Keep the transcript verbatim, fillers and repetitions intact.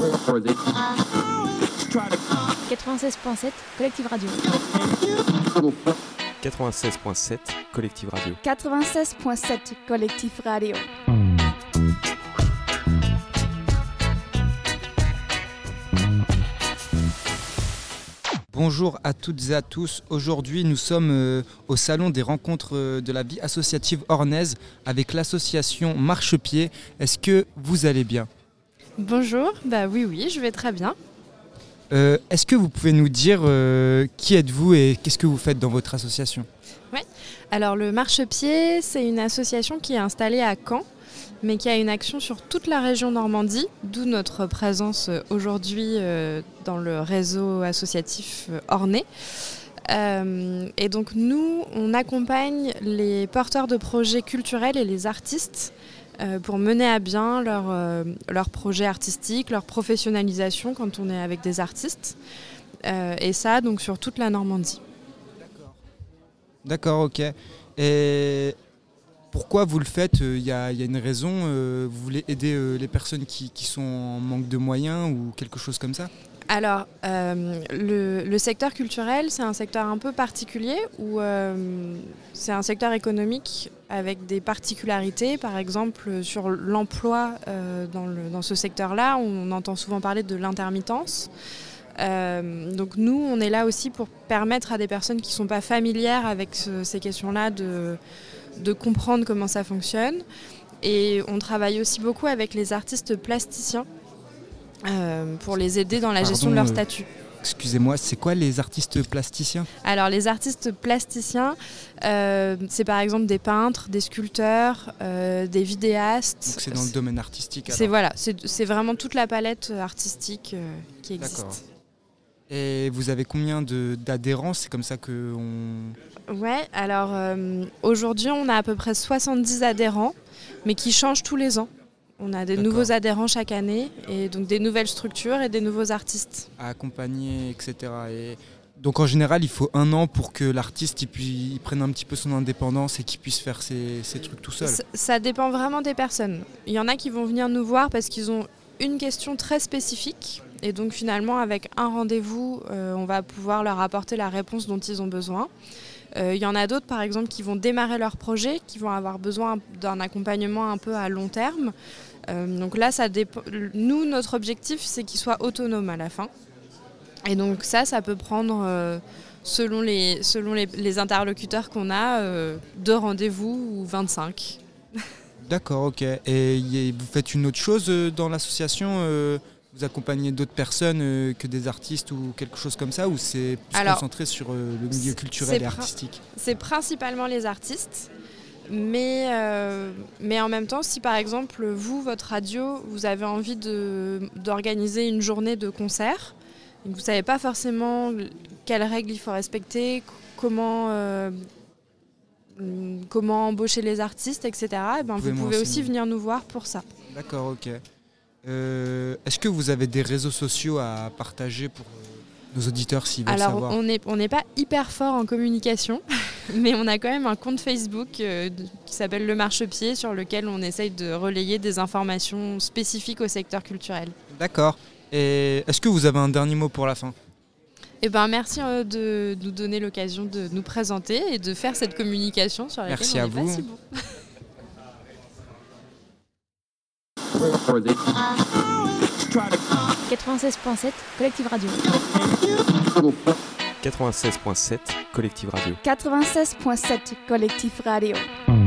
quatre-vingt-seize point sept Collectif Radio. quatre-vingt-seize point sept Collectif Radio. quatre-vingt-seize point sept Collectif Radio. Bonjour à toutes et à tous. Aujourd'hui, nous sommes euh, au Salon des rencontres euh, de la vie associative ornaise avec l'association Marchepied. Est-ce que vous allez bien ? Bonjour, bah oui, oui, je vais très bien. Euh, est-ce que vous pouvez nous dire euh, qui êtes-vous et qu'est-ce que vous faites dans votre association ? Oui, alors le Marchepied, c'est une association qui est installée à Caen, mais qui a une action sur toute la région Normandie, d'où notre présence aujourd'hui euh, dans le réseau associatif euh, ornais. Euh, et donc nous, on accompagne les porteurs de projets culturels et les artistes euh, pour mener à bien leur, euh, leur projet artistique, leur professionnalisation quand on est avec des artistes. Euh, et ça, donc sur toute la Normandie. D'accord, D'accord, ok. Et pourquoi vous le faites ? Il y, y a une raison, euh, vous voulez aider euh, les personnes qui, qui sont en manque de moyens ou quelque chose comme ça ? Alors, euh, le, le secteur culturel, c'est un secteur un peu particulier où euh, c'est un secteur économique avec des particularités. Par exemple, sur l'emploi euh, dans, le, dans ce secteur-là, on entend souvent parler de l'intermittence. Euh, donc nous, on est là aussi pour permettre à des personnes qui ne sont pas familières avec ce, ces questions-là de... de comprendre comment ça fonctionne. Et on travaille aussi beaucoup avec les artistes plasticiens euh, pour les aider dans la Pardon, gestion de leur euh, statut. Excusez-moi, c'est quoi les artistes plasticiens ? Alors les artistes plasticiens, euh, c'est par exemple des peintres, des sculpteurs, euh, des vidéastes. Donc c'est dans le domaine artistique alors. C'est, voilà, c'est, c'est vraiment toute la palette artistique euh, qui existe. D'accord. Et vous avez combien de, d'adhérents ? C'est comme ça qu'on... Ouais, alors euh, aujourd'hui on a à peu près soixante-dix adhérents, mais qui changent tous les ans. On a des D'accord. nouveaux adhérents chaque année, et donc des nouvelles structures et des nouveaux artistes. à accompagner, et cetera. Et donc en général, il faut un an pour que l'artiste il puis, il prenne un petit peu son indépendance et qu'il puisse faire ses, ses trucs tout seul. Ça, ça dépend vraiment des personnes. Il y en a qui vont venir nous voir parce qu'ils ont une question très spécifique. Et donc finalement, avec un rendez-vous, euh, on va pouvoir leur apporter la réponse dont ils ont besoin. Il euh, y en a d'autres, par exemple, qui vont démarrer leur projet, qui vont avoir besoin d'un accompagnement un peu à long terme. Euh, donc là, ça dépend. Nous, notre objectif, c'est qu'ils soient autonomes à la fin. Et donc ça, ça peut prendre, euh, selon, les, selon les, les interlocuteurs qu'on a, euh, deux rendez-vous ou vingt-cinq. D'accord, ok. Et y- vous faites une autre chose euh, dans l'association euh, Vous accompagnez d'autres personnes euh, que des artistes ou quelque chose comme ça ? Ou c'est plus Alors, concentré sur euh, le milieu culturel c'est et prin- artistique ? C'est principalement les artistes. Mais, euh, mais en même temps, si par exemple, vous, votre radio, vous avez envie de, d'organiser une journée de concert, et que vous ne savez pas forcément quelles règles il faut respecter, comment, euh, comment embaucher les artistes, et cetera, et ben vous pouvez aussi venir nous voir pour ça. D'accord, ok. Euh, est-ce que vous avez des réseaux sociaux à partager pour euh, nos auditeurs s'ils veulent Alors, savoir ? on n'est on n'est pas hyper fort en communication, mais on a quand même un compte Facebook euh, de- qui s'appelle Le Marchepied, sur lequel on essaye de relayer des informations spécifiques au secteur culturel. D'accord. Et est-ce que vous avez un dernier mot pour la fin ? Eh ben, merci euh, de nous donner l'occasion de nous présenter et de faire cette communication sur laquelle Merci on à n'est pas vous. si bon. quatre-vingt-seize point sept Collectif Radio. quatre-vingt-seize point sept Collectif Radio. quatre-vingt-seize point sept Collectif Radio.